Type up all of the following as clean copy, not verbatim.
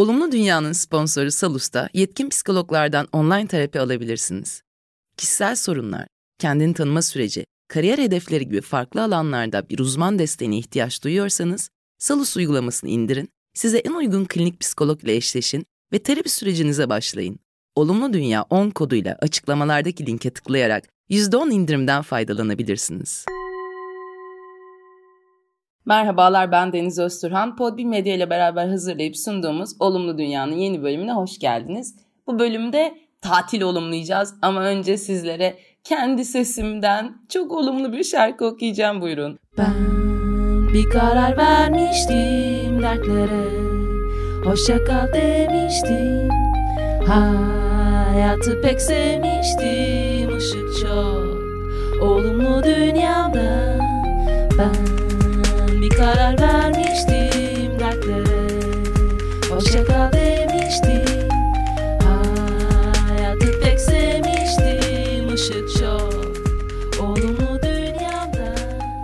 Olumlu Dünya'nın sponsoru Salus'ta yetkin psikologlardan online terapi alabilirsiniz. Kişisel sorunlar, kendini tanıma süreci, kariyer hedefleri gibi farklı alanlarda bir uzman desteğine ihtiyaç duyuyorsanız, Salus uygulamasını indirin, size en uygun klinik psikolog ile eşleşin ve terapi sürecinize başlayın. Olumlu Dünya 10 koduyla açıklamalardaki linke tıklayarak %10 indirimden faydalanabilirsiniz. Merhabalar, ben Deniz Öztürhan. Podbi Medya ile beraber hazırlayıp sunduğumuz Olumlu Dünya'nın yeni bölümüne hoş geldiniz. Bu bölümde tatil olumlayacağız ama önce sizlere kendi sesimden çok olumlu bir şarkı okuyacağım, buyurun. Ben bir karar vermiştim dertlere, hoşça kal demiştim. Hayatı pek sevmiştim, ışık çok olumlu dünyamda. Ben bir karar vermiştim dertlere, hoşça kal demiştim. Hayatı pek sevmiştim, ışık çok olumlu dünyamda.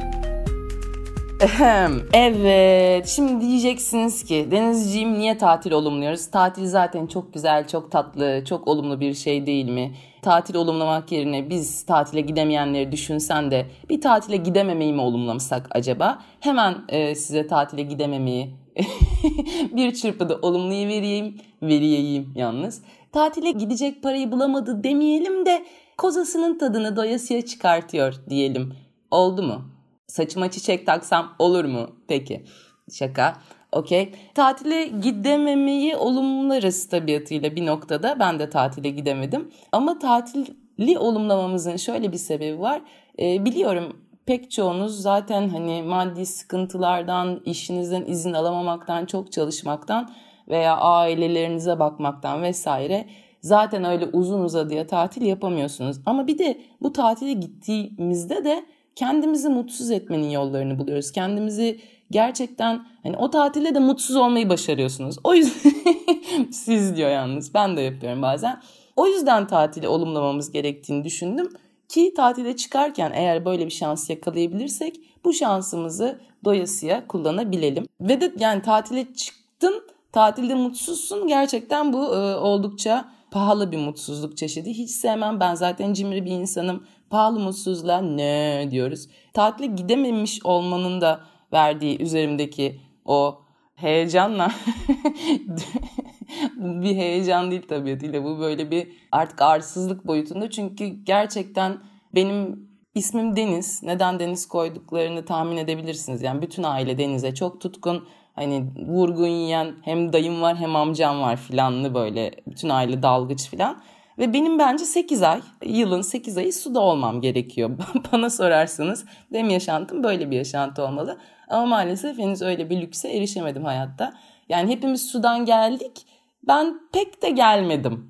Evet, şimdi diyeceksiniz ki Denizciğim niye tatil olumluyoruz? Tatil zaten çok güzel, çok tatlı, çok olumlu bir şey değil mi? Tatil olumlamak yerine biz tatile gidemeyenleri düşünsen de bir tatile gidememeyi mi olumlamışsak acaba? Hemen size tatile gidememeyi bir çırpıda vereyim yalnız. Tatile gidecek parayı bulamadı demeyelim de kozasının tadını doyasıya çıkartıyor diyelim. Oldu mu? Saçıma çiçek taksam olur mu? Peki. Şaka. Okey. Tatile gidememeyi olumlarız tabiatıyla bir noktada. Ben de tatile gidemedim. Ama tatili olumlamamızın şöyle bir sebebi var. Biliyorum pek çoğunuz zaten hani maddi sıkıntılardan, işinizden izin alamamaktan, çok çalışmaktan veya ailelerinize bakmaktan vesaire zaten öyle uzun uzadıya tatil yapamıyorsunuz. Ama bir de bu tatile gittiğimizde de kendimizi mutsuz etmenin yollarını buluyoruz. Kendimizi gerçekten hani o tatilde de mutsuz olmayı başarıyorsunuz. O yüzden siz diyor yalnız, ben de yapıyorum bazen. O yüzden tatili olumlamamız gerektiğini düşündüm ki tatile çıkarken eğer böyle bir şans yakalayabilirsek bu şansımızı doyasıya kullanabilelim. Ve de yani tatile çıktın, tatilde mutsuzsun, gerçekten bu oldukça pahalı bir mutsuzluk çeşidi. Hiç sevmem, ben zaten cimri bir insanım. Pahalı mutsuzluğa ne diyoruz? Tatile gidememiş olmanın da verdiği üzerimdeki o heyecanla bir heyecan değil tabiatıyla, bu böyle bir artık arsızlık boyutunda. Çünkü gerçekten benim ismim Deniz. Neden Deniz koyduklarını tahmin edebilirsiniz. Yani bütün aile denize çok tutkun. Hani vurgun yiyen hem dayım var hem amcam var filanlı, böyle bütün aile dalgıç filan. Ve benim bence 8 ay, yılın 8 ayı suda olmam gerekiyor. Bana sorarsanız benim yaşantım böyle bir yaşantı olmalı. Ama maalesef henüz öyle bir lükse erişemedim hayatta. Yani hepimiz sudan geldik. Ben pek de gelmedim.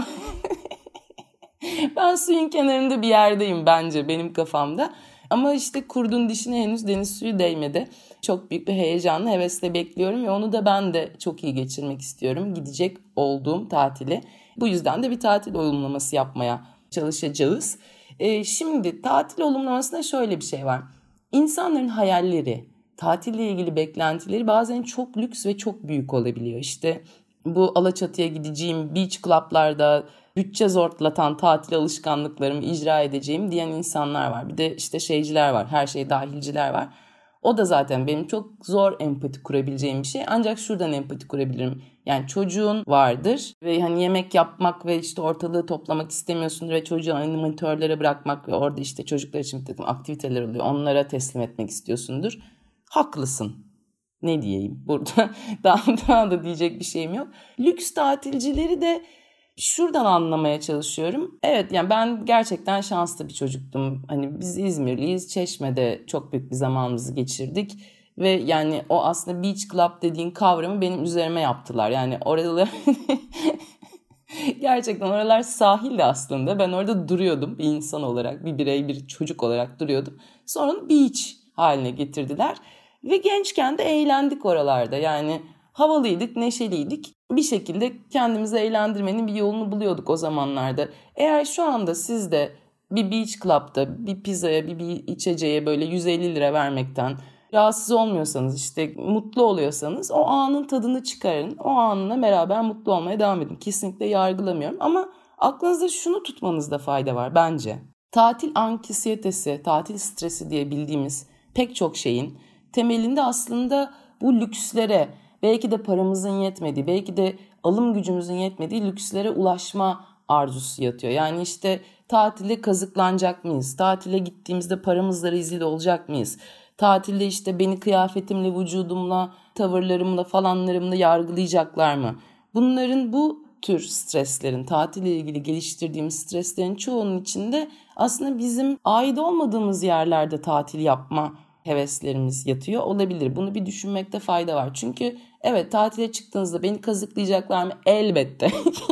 Ben suyun kenarında bir yerdeyim bence benim kafamda. Ama işte kurdun dişine henüz deniz suyu değmedi. Çok büyük bir heyecanla, hevesle bekliyorum ve onu da ben de çok iyi geçirmek istiyorum. Gidecek olduğum tatili. Bu yüzden de bir tatil olumlaması yapmaya çalışacağız. Şimdi tatil olumlamasında şöyle bir şey var. İnsanların hayalleri, tatille ilgili beklentileri bazen çok lüks ve çok büyük olabiliyor. İşte bu Alaçatı'ya gideceğim, beach club'larda bütçe zorlatan tatil alışkanlıklarımı icra edeceğim diyen insanlar var. Bir de işte şeyciler var, her şey dahilciler var. O da zaten benim çok zor empati kurabileceğim bir şey. Ancak şuradan empati kurabilirim. Yani çocuğun vardır ve hani yemek yapmak ve işte ortalığı toplamak istemiyorsundur ve çocuğu animatörlere bırakmak ve orada işte çocuklar için bir takım aktiviteler oluyor. Onlara teslim etmek istiyorsundur. Haklısın. Ne diyeyim burada? Daha da diyecek bir şeyim yok. Lüks tatilcileri de şuradan anlamaya çalışıyorum. Evet, yani ben gerçekten şanslı bir çocuktum. Hani biz İzmirliyiz. Çeşme'de çok büyük bir zamanımızı geçirdik. Ve yani o aslında beach club dediğin kavramı benim üzerime yaptılar. Yani oralar gerçekten oralar sahildi aslında. Ben orada duruyordum bir insan olarak, bir birey, bir çocuk olarak duruyordum. Sonra beach haline getirdiler. Ve gençken de eğlendik oralarda. Yani havalıydık, neşeliydik. Bir şekilde kendimizi eğlendirmenin bir yolunu buluyorduk o zamanlarda. Eğer şu anda siz de bir beach club'da bir pizzaya, bir içeceğe böyle 150 lira vermekten rahatsız olmuyorsanız, işte mutlu oluyorsanız o anın tadını çıkarın. O anla beraber mutlu olmaya devam edin. Kesinlikle yargılamıyorum ama aklınızda şunu tutmanızda fayda var bence. Tatil anksiyetesi, tatil stresi diye bildiğimiz pek çok şeyin temelinde aslında bu lükslere, belki de paramızın yetmediği, belki de alım gücümüzün yetmediği lükslere ulaşma arzusu yatıyor. Yani işte tatile kazıklanacak mıyız? Tatile gittiğimizde paramızla rezil olacak mıyız? Tatilde işte beni kıyafetimle, vücudumla, tavırlarımla falanlarımla yargılayacaklar mı? Bunların, bu tür streslerin, tatille ilgili geliştirdiğimiz streslerin çoğunun içinde aslında bizim ait olmadığımız yerlerde tatil yapma heveslerimiz yatıyor olabilir. Bunu bir düşünmekte fayda var. Çünkü evet, tatile çıktığınızda beni kazıklayacaklar mı? Elbette.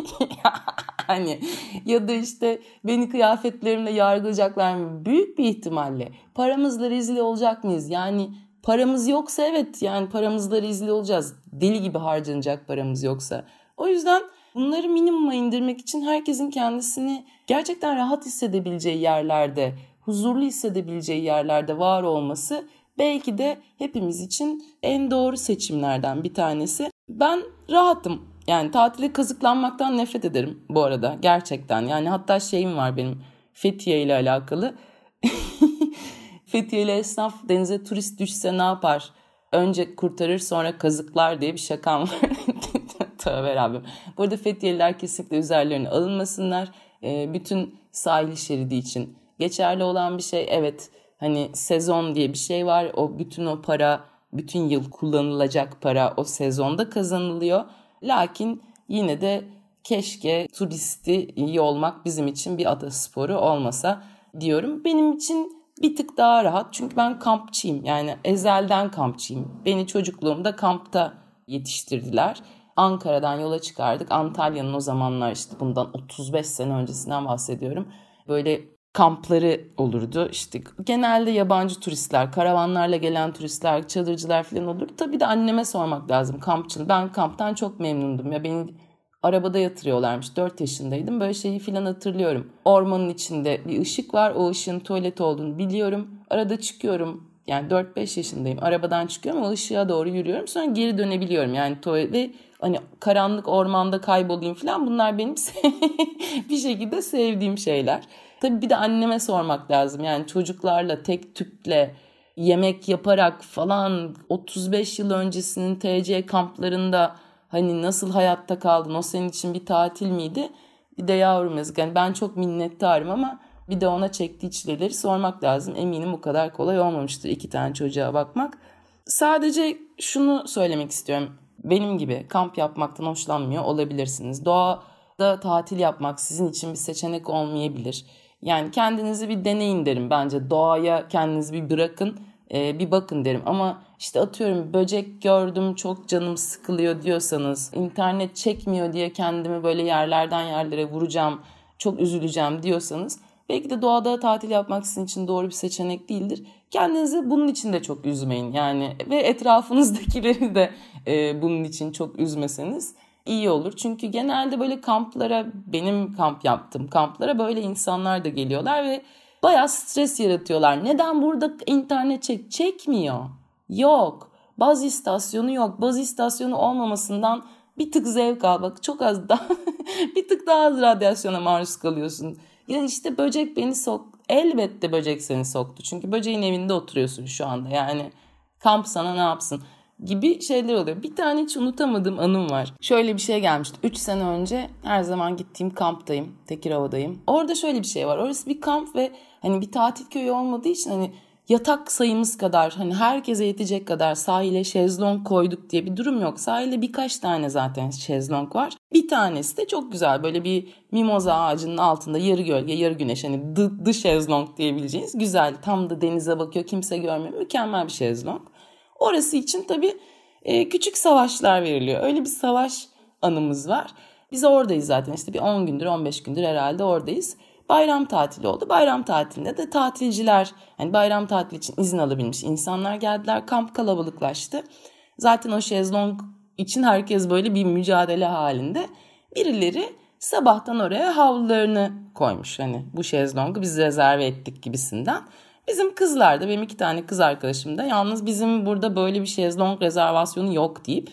Hani ya da işte beni kıyafetlerimle yargılayacaklar mı? Büyük bir ihtimalle. Paramızla rezil olacak mıyız? Yani paramız yoksa evet, yani paramızla rezil olacağız. Deli gibi harcanacak paramız yoksa. O yüzden bunları minimuma indirmek için herkesin kendisini gerçekten rahat hissedebileceği yerlerde, huzurlu hissedebileceği yerlerde var olması belki de hepimiz için en doğru seçimlerden bir tanesi. Ben rahatım. Yani tatile kazıklanmaktan nefret ederim bu arada gerçekten. Yani hatta şeyim var benim Fethiye ile alakalı. Fethiye'li esnaf denize turist düşse ne yapar? Önce kurtarır sonra kazıklar diye bir şakam var. Tövbe Rabbim. Bu arada Fethiye'liler kesinlikle üzerlerine alınmasınlar. Bütün sahil şeridi için geçerli olan bir şey. Evet, hani sezon diye bir şey var. O bütün o para, bütün yıl kullanılacak para o sezonda kazanılıyor. Lakin yine de keşke turisti iyi olmak bizim için bir atasporu olmasa diyorum. Benim için bir tık daha rahat çünkü ben kampçıyım. Yani ezelden kampçıyım. Beni çocukluğumda kampta yetiştirdiler. Ankara'dan yola çıkardık. Antalya'nın o zamanlar, işte bundan 35 sene öncesinden bahsediyorum. Böyle kampları olurdu. İşte genelde yabancı turistler, karavanlarla gelen turistler, çadırcılar falan olurdu. Tabii de anneme sormak lazım kampçının. Ben kamptan çok memnundum. Ya beni arabada yatırıyorlarmış. 4 yaşındaydım. Böyle şeyi falan hatırlıyorum. Ormanın içinde bir ışık var. O ışığın tuvalet olduğunu biliyorum. Arada çıkıyorum. Yani 4-5 yaşındayım. Arabadan çıkıyorum. O ışığa doğru yürüyorum. Sonra geri dönebiliyorum. Yani tuvalete, hani karanlık ormanda kaybolayım falan. Bunlar benim bir şekilde sevdiğim şeyler. Tabii bir de anneme sormak lazım. Yani çocuklarla, tek tüple, yemek yaparak falan 35 yıl öncesinin TC kamplarında hani nasıl hayatta kaldın? O senin için bir tatil miydi? Bir de yavrum yazık. Yani ben çok minnettarım ama bir de ona çektiği çileleri sormak lazım. Eminim bu kadar kolay olmamıştır 2 tane çocuğa bakmak. Sadece şunu söylemek istiyorum. Benim gibi kamp yapmaktan hoşlanmıyor olabilirsiniz. Doğada tatil yapmak sizin için bir seçenek olmayabilir. Yani kendinizi bir deneyin derim bence. Doğaya kendinizi bir bırakın, bir bakın derim. Ama işte atıyorum böcek gördüm çok canım sıkılıyor diyorsanız, internet çekmiyor diye kendimi böyle yerlerden yerlere vuracağım, çok üzüleceğim diyorsanız belki de doğada tatil yapmak sizin için doğru bir seçenek değildir. Kendinizi bunun için de çok üzmeyin yani ve etrafınızdakileri de bunun için çok üzmeseniz iyi olur. Çünkü genelde böyle kamplara, benim kamp yaptığım kamplara böyle insanlar da geliyorlar ve bayağı stres yaratıyorlar. Neden burada internet çekmiyor? Yok. Baz istasyonu yok. Baz istasyonu olmamasından bir tık zevk al. Bak çok az daha bir tık daha az radyasyona maruz kalıyorsun. Ya işte böcek beni soktu. Elbette böcek seni soktu. Çünkü böceğin evinde oturuyorsun şu anda. Yani kamp sana ne yapsın gibi şeyler oluyor. Bir tane hiç unutamadığım anım var. Şöyle bir şey gelmişti. 3 sene önce her zaman gittiğim kamptayım. Tekirova'dayım. Orada şöyle bir şey var. Orası bir kamp ve hani bir tatil köyü olmadığı için hani yatak sayımız kadar, hani herkese yetecek kadar sahile şezlong koyduk diye bir durum yok. Sahilde birkaç tane zaten şezlong var. Bir tanesi de çok güzel, böyle bir mimoza ağacının altında yarı gölge yarı güneş, hani the şezlong diyebileceğiniz güzel, tam da denize bakıyor, kimse görmüyor, mükemmel bir şezlong. Orası için tabii küçük savaşlar veriliyor. Öyle bir savaş anımız var. Biz oradayız zaten, işte bir 10 gündür 15 gündür herhalde oradayız. Bayram tatili oldu. Bayram tatilinde de tatilciler, hani bayram tatili için izin alabilmiş insanlar geldiler. Kamp kalabalıklaştı. Zaten o şezlong için herkes böyle bir mücadele halinde. Birileri sabahtan oraya havlularını koymuş. Hani bu şezlongu biz rezerve ettik gibisinden. Bizim kızlar da, benim 2 tane kız arkadaşım da, yalnız bizim burada böyle bir şezlong rezervasyonu yok deyip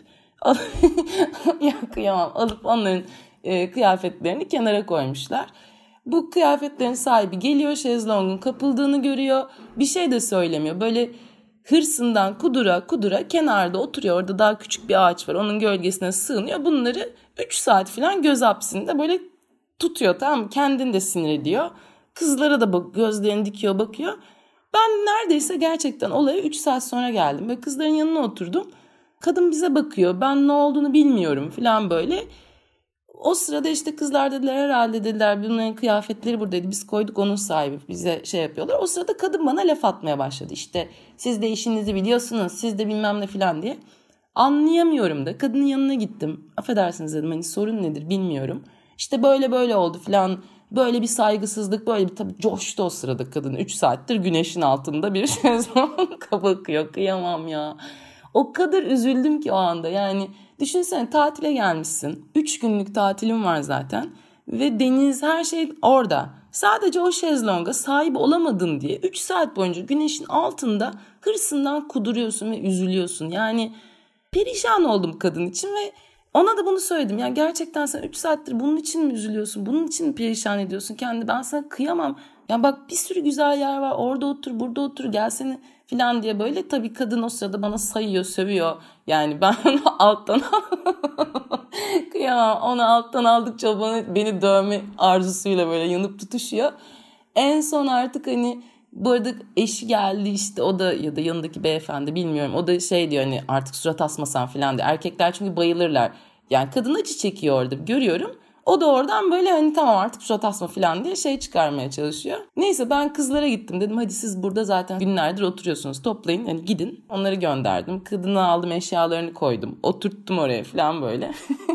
ya kıyamam, alıp onların kıyafetlerini kenara koymuşlar. Bu kıyafetlerin sahibi geliyor, şezlongun kapıldığını görüyor, bir şey de söylemiyor. Böyle hırsından kudura kudura kenarda oturuyor. Orada daha küçük bir ağaç var, onun gölgesine sığınıyor. Bunları 3 saat falan göz hapsinde böyle tutuyor, tamam mı? Kendini de sinir ediyor. Kızlara da gözlerini dikiyor, bakıyor. Ben neredeyse gerçekten olaya 3 saat sonra geldim ve kızların yanına oturdum. Kadın bize bakıyor, ben ne olduğunu bilmiyorum falan böyle. O sırada işte kızlar dediler, herhalde dediler bunların kıyafetleri buradaydı, biz koyduk, onun sahibi bize şey yapıyorlar. O sırada kadın bana laf atmaya başladı, işte siz de işinizi biliyorsunuz, siz de bilmem ne falan diye. Anlayamıyorum da kadının yanına gittim. Affedersiniz dedim, hani sorun nedir bilmiyorum. İşte böyle böyle oldu falan, böyle bir saygısızlık, böyle bir, tabii coştu o sırada kadın. 3 saattir güneşin altında bir şezlong bakıyor, kıyamam ya. O kadar üzüldüm ki o anda. Yani düşünsene, tatile gelmişsin. 3 günlük tatilim var zaten. Ve deniz, her şey orada. Sadece o şezlonga sahip olamadın diye 3 saat boyunca güneşin altında hırsından kuduruyorsun ve üzülüyorsun. Yani perişan oldum kadın için ve ona da bunu söyledim. Ya gerçekten sen 3 saattir bunun için mi üzülüyorsun? Bunun için mi perişan ediyorsun kendini? Ben sana kıyamam. Ya bak, bir sürü güzel yer var. Orada otur, burada otur, gelsene falan diye böyle. Tabii kadın o sırada bana sayıyor, sövüyor. Yani ben onu alttan kıyamam. Onu alttan aldıkça beni dövme arzusuyla böyle yanıp tutuşuyor. En son artık hani, bu arada eşi geldi işte, o da ya da yanındaki beyefendi bilmiyorum. O da şey diyor, hani artık surat asmasan falan diyor. Erkekler çünkü bayılırlar. Yani kadın acı çekiyor orada, görüyorum. O da oradan böyle hani tamam artık surat asma falan diye şey çıkarmaya çalışıyor. Neyse ben kızlara gittim, dedim hadi siz burada zaten günlerdir oturuyorsunuz, toplayın hani gidin. Onları gönderdim. Kadını aldım, eşyalarını koydum. Oturttum oraya falan böyle.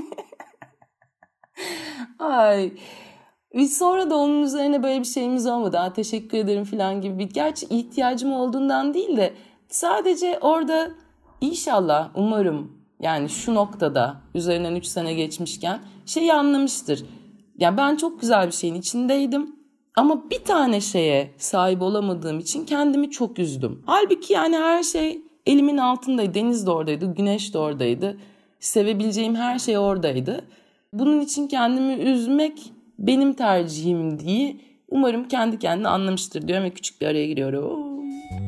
Ay... Biz sonra da onun üzerine böyle bir şeyimiz olmadı. Teşekkür ederim falan gibi bir, gerçi ihtiyacım olduğundan değil de sadece orada inşallah, umarım yani şu noktada üzerinden 3 sene geçmişken şeyi anlamıştır. Yani ben çok güzel bir şeyin içindeydim ama bir tane şeye sahip olamadığım için kendimi çok üzdüm. Halbuki yani her şey elimin altındaydı. Deniz de oradaydı, güneş de oradaydı. Sevebileceğim her şey oradaydı. Bunun için kendimi üzmek benim tercihim diye umarım kendi kendine anlamıştır diyorum ve küçük bir araya giriyorum.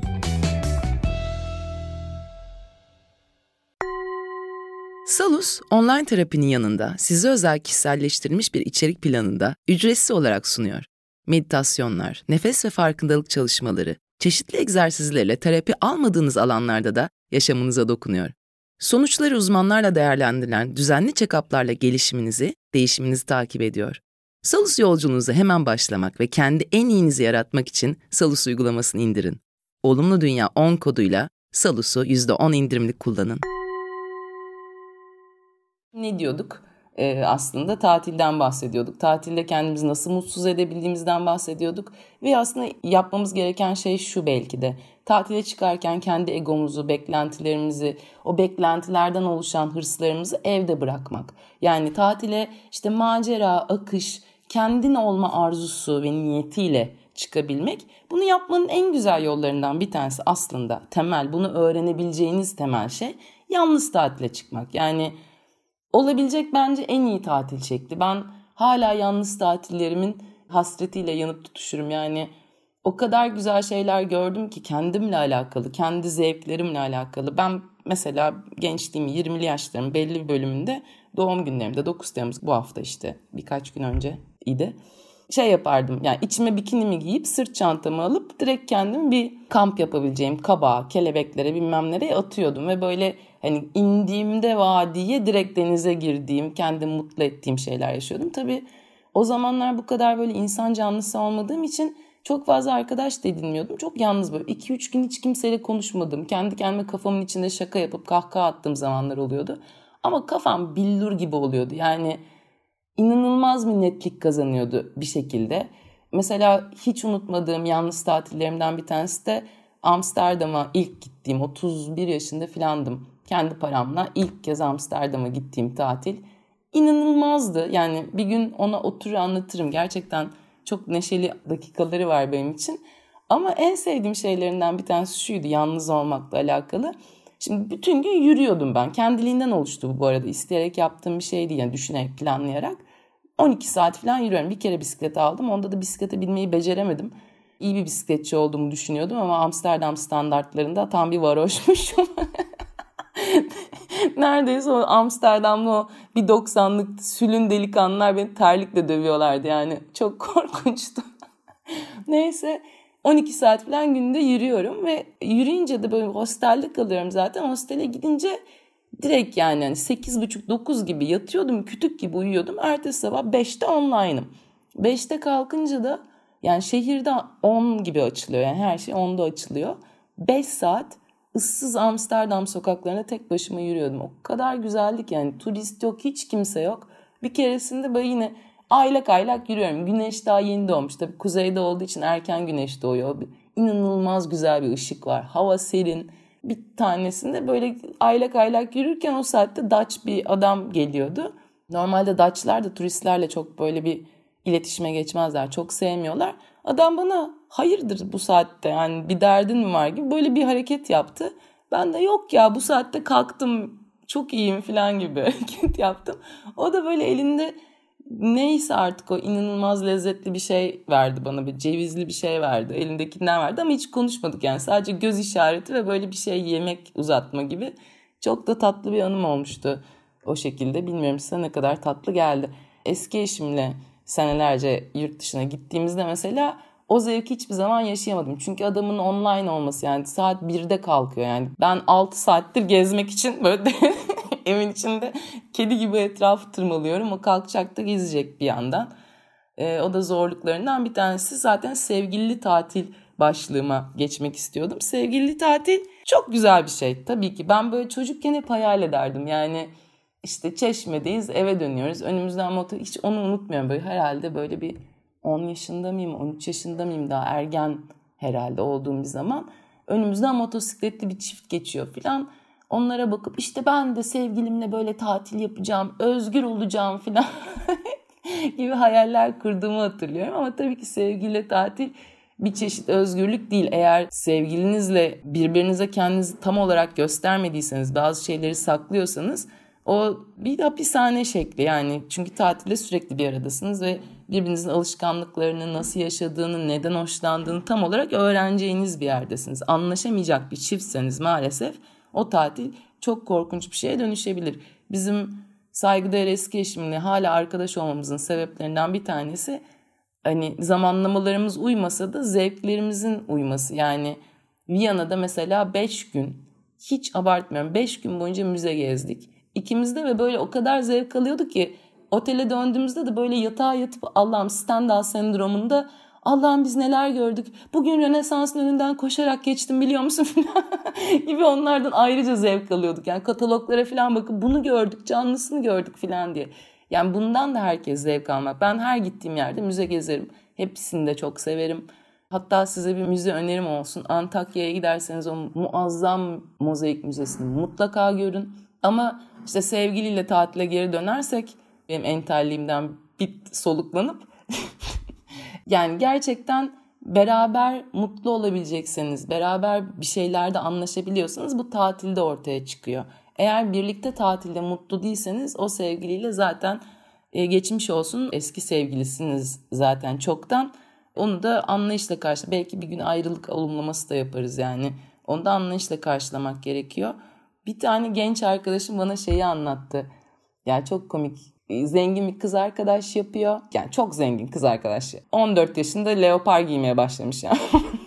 Salus, online terapinin yanında size özel kişiselleştirilmiş bir içerik planında ücretsiz olarak sunuyor. Meditasyonlar, nefes ve farkındalık çalışmaları, çeşitli egzersizlerle terapi almadığınız alanlarda da yaşamınıza dokunuyor. Sonuçları uzmanlarla değerlendirilen düzenli check-up'larla gelişiminizi, değişiminizi takip ediyor. Salus yolculuğunuza hemen başlamak ve kendi en iyinizi yaratmak için Salus uygulamasını indirin. Olumlu Dünya 10 koduyla Salus'u %10 indirimli kullanın. Ne diyorduk? Aslında tatilden bahsediyorduk. Tatilde kendimizi nasıl mutsuz edebildiğimizden bahsediyorduk. Ve aslında yapmamız gereken şey şu belki de. Tatile çıkarken kendi egomuzu, beklentilerimizi, o beklentilerden oluşan hırslarımızı evde bırakmak. Yani tatile işte macera, akış, kendin olma arzusu ve niyetiyle çıkabilmek. Bunu yapmanın en güzel yollarından bir tanesi aslında temel, bunu öğrenebileceğiniz temel şey yalnız tatile çıkmak. Yani olabilecek bence en iyi tatil şekli. Ben hala yalnız tatillerimin hasretiyle yanıp tutuşurum. Yani o kadar güzel şeyler gördüm ki kendimle alakalı, kendi zevklerimle alakalı. Ben mesela gençliğimi, 20'li yaşlarımın belli bir bölümünde doğum günlerimde 9 Temmuz bu hafta işte birkaç gün önceydi. Şey yapardım, yani içime bikinimi giyip sırt çantamı alıp direkt kendim bir kamp yapabileceğim kabağa, kelebeklere bilmem nereye atıyordum. Ve böyle hani indiğimde vadiye direkt denize girdiğim, kendimi mutlu ettiğim şeyler yaşıyordum. Tabii o zamanlar bu kadar böyle insan canlısı olmadığım için çok fazla arkadaş da edinmiyordum. Çok yalnız böyle 2-3 gün hiç kimseyle konuşmadım. Kendi kendime kafamın içinde şaka yapıp kahkaha attığım zamanlar oluyordu. Ama kafam billur gibi oluyordu. Yani inanılmaz bir netlik kazanıyordu bir şekilde. Mesela hiç unutmadığım yalnız tatillerimden bir tanesi de Amsterdam'a ilk gittiğim, 31 yaşında falandım. Kendi paramla ilk kez Amsterdam'a gittiğim tatil inanılmazdı. Yani bir gün ona oturur anlatırım. Gerçekten çok neşeli dakikaları var benim için. Ama en sevdiğim şeylerinden bir tanesi şuydu, yalnız olmakla alakalı. Şimdi bütün gün yürüyordum ben. Kendiliğinden oluştu bu arada. İsteyerek yaptığım bir şey değil. Yani düşünerek, planlayarak. 12 saat falan yürüyorum. Bir kere bisiklet aldım. Onda da bisiklete binmeyi beceremedim. İyi bir bisikletçi olduğumu düşünüyordum ama Amsterdam standartlarında tam bir varoşmuşum. Neredeyse o Amsterdam'da o 1.90'lık sülün delikanlılar beni terlikle dövüyorlardı yani. Çok korkunçtu. Neyse 12 saat falan günde yürüyorum ve yürüyünce de böyle hostelde kalıyorum zaten. Hostele gidince direkt yani 8.30-9 gibi yatıyordum, kütük gibi uyuyordum. Ertesi sabah 5'te online'ım. 5'te kalkınca da yani şehirde 10 gibi açılıyor, yani her şey 10'da açılıyor. 5 saat ıssız Amsterdam sokaklarında tek başıma yürüyordum. O kadar güzeldi ki yani, turist yok, hiç kimse yok. Bir keresinde böyle yine aylak aylak yürüyorum. Güneş daha yeni doğmuş. Tabii kuzeyde olduğu için erken güneş doğuyor. İnanılmaz güzel bir ışık var. Hava serin. Bir tanesinde böyle aylak aylak yürürken o saatte Dutch bir adam geliyordu. Normalde Dutch'lar da turistlerle çok böyle bir iletişime geçmezler. Çok sevmiyorlar. Adam bana hayırdır bu saatte, yani bir derdin mi var gibi böyle bir hareket yaptı. Ben de yok ya bu saatte kalktım çok iyiyim falan gibi hareket yaptım. O da böyle elinde neyse artık o inanılmaz lezzetli bir şey verdi bana. Bir cevizli bir şey verdi. Elindekinden verdi ama hiç konuşmadık yani. Sadece göz işareti ve böyle bir şey yemek uzatma gibi. Çok da tatlı bir anım olmuştu o şekilde. Bilmiyorum size ne kadar tatlı geldi. Eski eşimle senelerce yurt dışına gittiğimizde mesela o zevki hiçbir zaman yaşayamadım. Çünkü adamın online olması, yani saat 1'de kalkıyor. Yani ben 6 saattir gezmek için böyle evin içinde kedi gibi etrafı tırmalıyorum. O kalkacak da gezecek bir yandan. O da zorluklarından bir tanesi. Zaten sevgilili tatil başlığıma geçmek istiyordum. Sevgilili tatil çok güzel bir şey. Tabii ki ben böyle çocukken hep hayal ederdim. Yani işte Çeşme'deyiz, eve dönüyoruz. Önümüzden motor, hiç onu unutmuyorum. Böyle herhalde böyle bir 10 yaşında mıyım, 13 yaşında mıyım, daha ergen herhalde olduğum bir zaman. Önümüzden motosikletli bir çift geçiyor falan. Onlara bakıp işte ben de sevgilimle böyle tatil yapacağım, özgür olacağım falan gibi hayaller kurduğumu hatırlıyorum. Ama tabii ki sevgiliyle tatil bir çeşit özgürlük değil. Eğer sevgilinizle birbirinize kendinizi tam olarak göstermediyseniz, bazı şeyleri saklıyorsanız o bir hapishane şekli yani. Çünkü tatilde sürekli bir aradasınız ve birbirinizin alışkanlıklarını, nasıl yaşadığını, neden hoşlandığını tam olarak öğreneceğiniz bir yerdesiniz. Anlaşamayacak bir çiftseniz maalesef o tatil çok korkunç bir şeye dönüşebilir. Bizim saygıdeğer eski eşimle hala arkadaş olmamızın sebeplerinden bir tanesi hani zamanlamalarımız uymasa da zevklerimizin uyması. Yani Viyana'da mesela 5 gün, hiç abartmıyorum, 5 gün boyunca müze gezdik. İkimiz de ve böyle o kadar zevk alıyorduk ki otele döndüğümüzde de böyle yatağa yatıp Allah'ım Stendhal sendromunda, Allah'ım biz neler gördük, bugün Rönesans'ın önünden koşarak geçtim biliyor musun gibi onlardan ayrıca zevk alıyorduk. Yani kataloglara falan bakıp bunu gördük, canlısını gördük falan diye. Yani bundan da herkes zevk almak. Ben her gittiğim yerde müze gezerim. Hepsini de çok severim. Hatta size bir müze önerim olsun. Antakya'ya giderseniz o muazzam mozaik müzesini mutlaka görün. Ama işte sevgiliyle tatile geri dönersek, benim entelliğimden bir soluklanıp yani gerçekten beraber mutlu olabilecekseniz, beraber bir şeylerde anlaşabiliyorsanız bu tatilde ortaya çıkıyor. Eğer birlikte tatilde mutlu değilseniz o sevgiliyle zaten geçmiş olsun, eski sevgilisiniz zaten çoktan. Onu da anlayışla karşı, belki bir gün ayrılık olumlaması da yaparız yani. Onu da anlayışla karşılamak gerekiyor. Bir tane genç arkadaşım bana şeyi anlattı. Yani çok komik. Zengin bir kız arkadaş yapıyor. Yani çok zengin kız arkadaş. 14 yaşında leopar giymeye başlamış yani.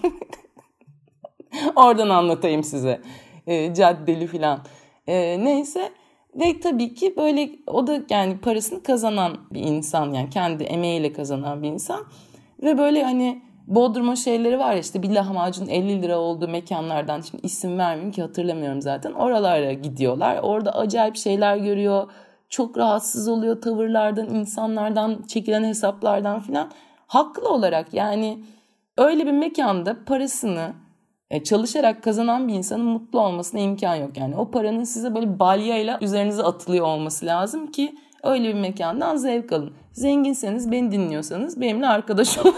Oradan anlatayım size. Caddeli falan. Neyse. Ve tabii ki böyle o da yani parasını kazanan bir insan. Yani kendi emeğiyle kazanan bir insan. Ve böyle hani Bodrum'a şeyleri var ya, işte bir lahmacun 50 lira olduğu mekanlardan, şimdi isim vermeyeyim ki hatırlamıyorum zaten, oralara gidiyorlar. Orada acayip şeyler görüyor. Çok rahatsız oluyor tavırlardan, insanlardan, çekilen hesaplardan filan. Haklı olarak yani öyle bir mekanda parasını çalışarak kazanan bir insanın mutlu olmasına imkan yok. Yani o paranın size böyle balyayla üzerinize atılıyor olması lazım ki öyle bir mekandan zevk alın. Zenginseniz, beni dinliyorsanız benimle arkadaş olun.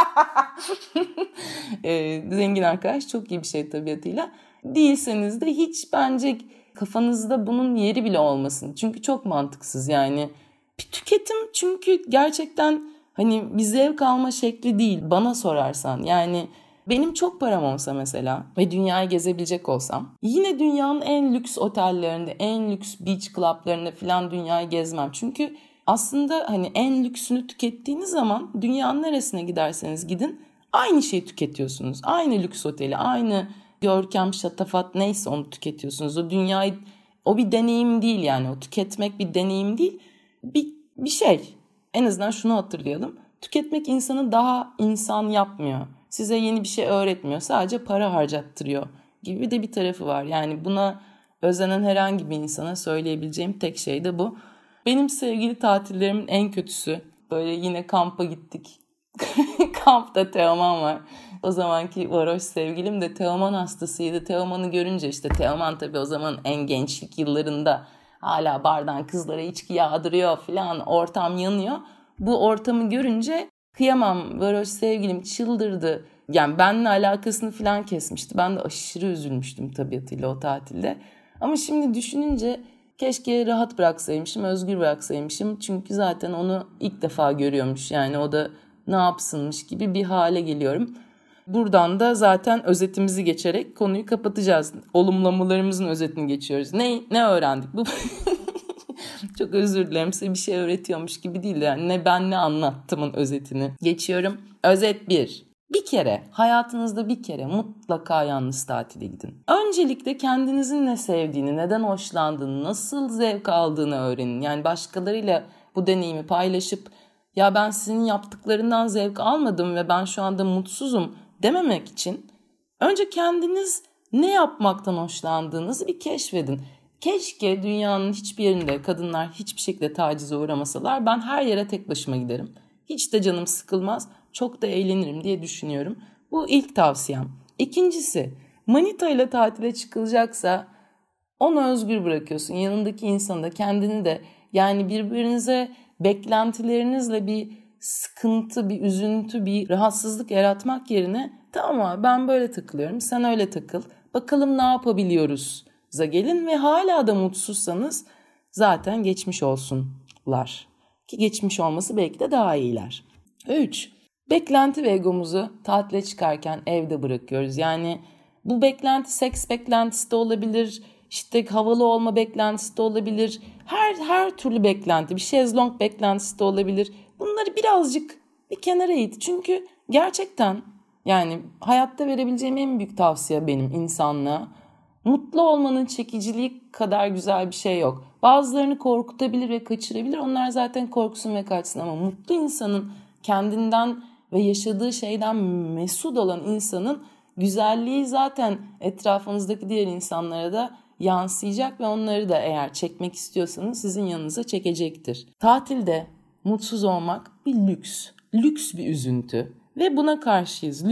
Zengin arkadaş çok iyi bir şey tabiatıyla. Değilseniz de hiç bence kafanızda bunun yeri bile olmasın. Çünkü çok mantıksız yani. Bir tüketim çünkü gerçekten hani bir zevk alma şekli değil bana sorarsan. Yani benim çok param olsa mesela ve dünyayı gezebilecek olsam yine dünyanın en lüks otellerinde, en lüks beach club'larında falan dünyayı gezmem. Çünkü aslında hani en lüksünü tükettiğiniz zaman dünyanın neresine giderseniz gidin aynı şeyi tüketiyorsunuz. Aynı lüks oteli, aynı görkem, şatafat neyse onu tüketiyorsunuz. O dünyayı, o bir deneyim değil yani. O tüketmek bir deneyim değil. Bir şey. En azından şunu hatırlayalım. Tüketmek insanı daha insan yapmıyor. Size yeni bir şey öğretmiyor. Sadece para harcattırıyor gibi de bir tarafı var. Yani buna özenen herhangi bir insana söyleyebileceğim tek şey de bu. Benim sevgili tatillerimin en kötüsü. Böyle yine kampa gittik. Kampta Teoman var. O zamanki varoş sevgilim de Teoman hastasıydı. Teoman'ı görünce işte Teoman tabii o zaman en gençlik yıllarında hala bardan kızlara içki yağdırıyor falan, ortam yanıyor. Bu ortamı görünce kıyamam, varoş sevgilim çıldırdı. Yani benimle alakasını falan kesmişti. Ben de aşırı üzülmüştüm tabiatıyla o tatilde. Ama şimdi düşününce keşke rahat bıraksaymışım, özgür bıraksaymışım. Çünkü zaten onu ilk defa görüyormuş. Yani o da ne yapsınmış gibi bir hale geliyorum. Buradan da zaten özetimizi geçerek konuyu kapatacağız. Olumlamalarımızın özetini geçiyoruz. Ne öğrendik? Bu çok özür dilerim, size bir şey öğretiyormuş gibi değil. Yani ne ben ne anlattımın özetini geçiyorum. Özet 1. Bir kere, hayatınızda bir kere mutlaka yalnız tatile gidin. Öncelikle kendinizin ne sevdiğini, neden hoşlandığını, nasıl zevk aldığını öğrenin. Yani başkalarıyla bu deneyimi paylaşıp ya ben sizin yaptıklarından zevk almadım ve ben şu anda mutsuzum dememek için önce kendiniz ne yapmaktan hoşlandığınızı bir keşfedin. Keşke dünyanın hiçbir yerinde kadınlar hiçbir şekilde tacize uğramasalar, ben her yere tek başıma giderim. Hiç de canım sıkılmaz, çok da eğlenirim diye düşünüyorum. Bu ilk tavsiyem. İkincisi, manita ile tatile çıkılacaksa onu özgür bırakıyorsun. Yanındaki insanı da kendini de, yani birbirinize beklentilerinizle bir sıkıntı, bir üzüntü, bir rahatsızlık yaratmak yerine tamam abi ben böyle takılıyorum, sen öyle takıl. Bakalım ne yapabiliyoruz? Gelin ve hala da mutsuzsanız zaten geçmiş olsunlar. Ki geçmiş olması belki de daha iyiler. 3. Beklenti ve egomuzu tatile çıkarken evde bırakıyoruz. Yani bu beklenti seks beklentisi de olabilir, işte havalı olma beklentisi de olabilir. Her türlü beklenti, bir şezlong beklentisi de olabilir. Bunları birazcık bir kenara it. Çünkü gerçekten yani hayatta verebileceğim en büyük tavsiye benim insanlığa. Mutlu olmanın çekiciliği kadar güzel bir şey yok. Bazılarını korkutabilir ve kaçırabilir. Onlar zaten korksun ve kaçsın. Ama mutlu insanın, kendinden ve yaşadığı şeyden mesut olan insanın güzelliği zaten etrafınızdaki diğer insanlara da yansıyacak ve onları da eğer çekmek istiyorsanız sizin yanınıza çekecektir. Tatilde mutsuz olmak bir lüks. Lüks bir üzüntü. Ve buna karşıyız.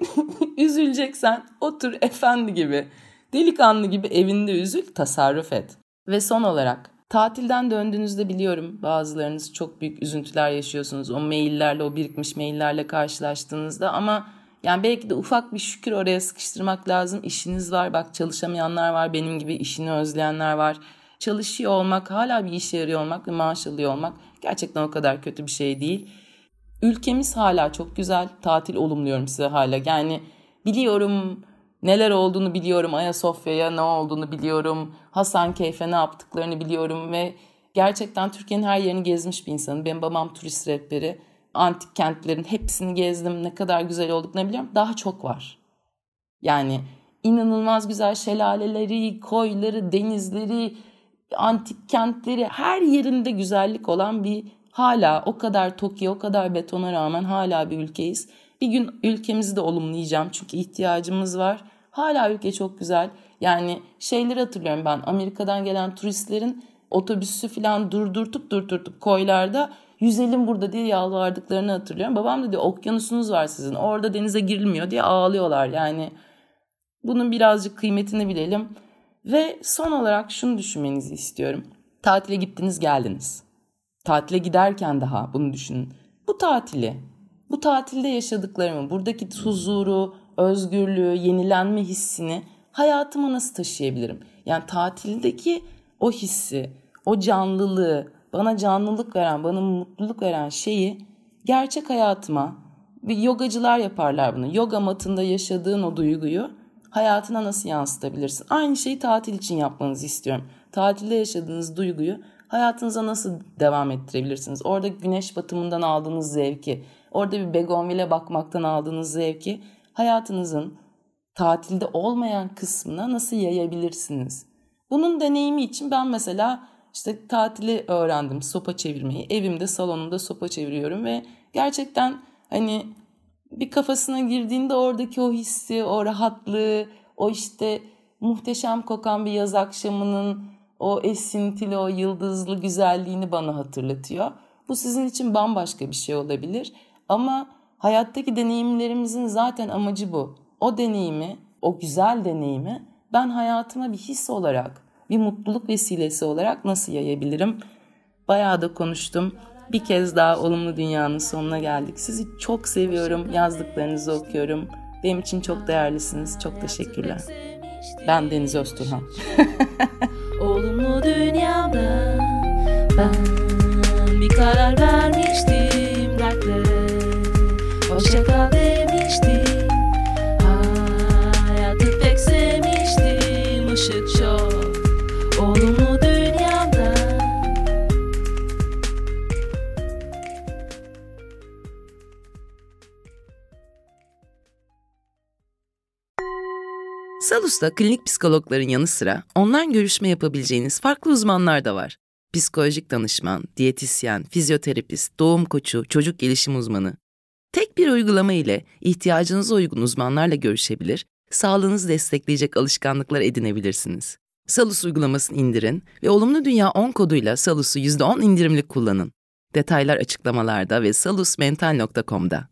Üzüleceksen otur efendi gibi, delikanlı gibi evinde üzül, tasarruf et. Ve son olarak tatilden döndüğünüzde biliyorum bazılarınız çok büyük üzüntüler yaşıyorsunuz. O maillerle, o birikmiş maillerle karşılaştığınızda ama yani belki de ufak bir şükür oraya sıkıştırmak lazım. İşiniz var, bak çalışamayanlar var, benim gibi işini özleyenler var. Çalışıyor olmak, hala bir işe yarıyor olmak ve maaş alıyor olmak gerçekten o kadar kötü bir şey değil. Ülkemiz hala çok güzel, tatil olumluyorum size hala. Yani biliyorum, neler olduğunu biliyorum, Ayasofya'ya ne olduğunu biliyorum, Hasankeyf'e ne yaptıklarını biliyorum ve gerçekten Türkiye'nin her yerini gezmiş bir insanım. Benim babam turist rehberi. Antik kentlerin hepsini gezdim. Ne kadar güzel olduklarını biliyorum. Daha çok var. Yani inanılmaz güzel şelaleleri, koyları, denizleri, antik kentleri, her yerinde güzellik olan bir, hala o kadar Tokyo, o kadar betona rağmen hala bir ülkeyiz. Bir gün ülkemizi de olumlayacağım çünkü ihtiyacımız var. Hala ülke çok güzel. Yani şeyleri hatırlıyorum ben, Amerika'dan gelen turistlerin otobüsü falan durdurtup koylarda yüzelim burada diye yalvardıklarını hatırlıyorum. Babam dedi okyanusunuz var sizin, orada denize girilmiyor diye ağlıyorlar. Yani bunun birazcık kıymetini bilelim. Ve son olarak şunu düşünmenizi istiyorum. Tatile gittiniz geldiniz. Tatile giderken daha bunu düşünün. Bu tatili bu tatilde yaşadıklarımı, buradaki huzuru, özgürlüğü, yenilenme hissini hayatıma nasıl taşıyabilirim? Yani tatildeki o hissi, o canlılığı, bana canlılık veren, bana mutluluk veren şeyi gerçek hayatıma, bir yogacılar yaparlar bunu. Yoga matında yaşadığın o duyguyu hayatına nasıl yansıtabilirsin? Aynı şeyi tatil için yapmanızı istiyorum. Tatilde yaşadığınız duyguyu hayatınıza nasıl devam ettirebilirsiniz? Orada güneş batımından aldığınız zevki, orada bir begonvile bakmaktan aldığınız zevki hayatınızın tatilde olmayan kısmına nasıl yayabilirsiniz? Bunun deneyimi için ben mesela işte tatili öğrendim, sopa çevirmeyi. Evimde, salonumda sopa çeviriyorum ve gerçekten hani bir kafasına girdiğinde oradaki o hissi, o rahatlığı, o işte muhteşem kokan bir yaz akşamının o esintili, o yıldızlı güzelliğini bana hatırlatıyor. Bu sizin için bambaşka bir şey olabilir ama hayattaki deneyimlerimizin zaten amacı bu. O deneyimi, o güzel deneyimi ben hayatıma bir his olarak, bir mutluluk vesilesi olarak nasıl yayabilirim? Bayağı da konuştum. Bir kez daha Olumlu Dünya'nın sonuna geldik. Sizi çok seviyorum. Yazdıklarınızı okuyorum. Benim için çok değerlisiniz. Çok teşekkürler. Ben Deniz Özturhan. Olumlu dünyada ben bir karar vermiştim dertlere. Hoşça kal demiştim. Hayatı pek sevmiştim. Işık çok olumlu dünyada. Salus'ta klinik psikologların yanı sıra online görüşme yapabileceğiniz farklı uzmanlar da var. Psikolojik danışman, diyetisyen, fizyoterapist, doğum koçu, çocuk gelişim uzmanı. Tek bir uygulama ile ihtiyacınıza uygun uzmanlarla görüşebilir, sağlığınızı destekleyecek alışkanlıklar edinebilirsiniz. Salus uygulamasını indirin ve Olumlu Dünya 10 koduyla Salus'u %10 indirimli kullanın. Detaylar açıklamalarda ve salusmental.com'da.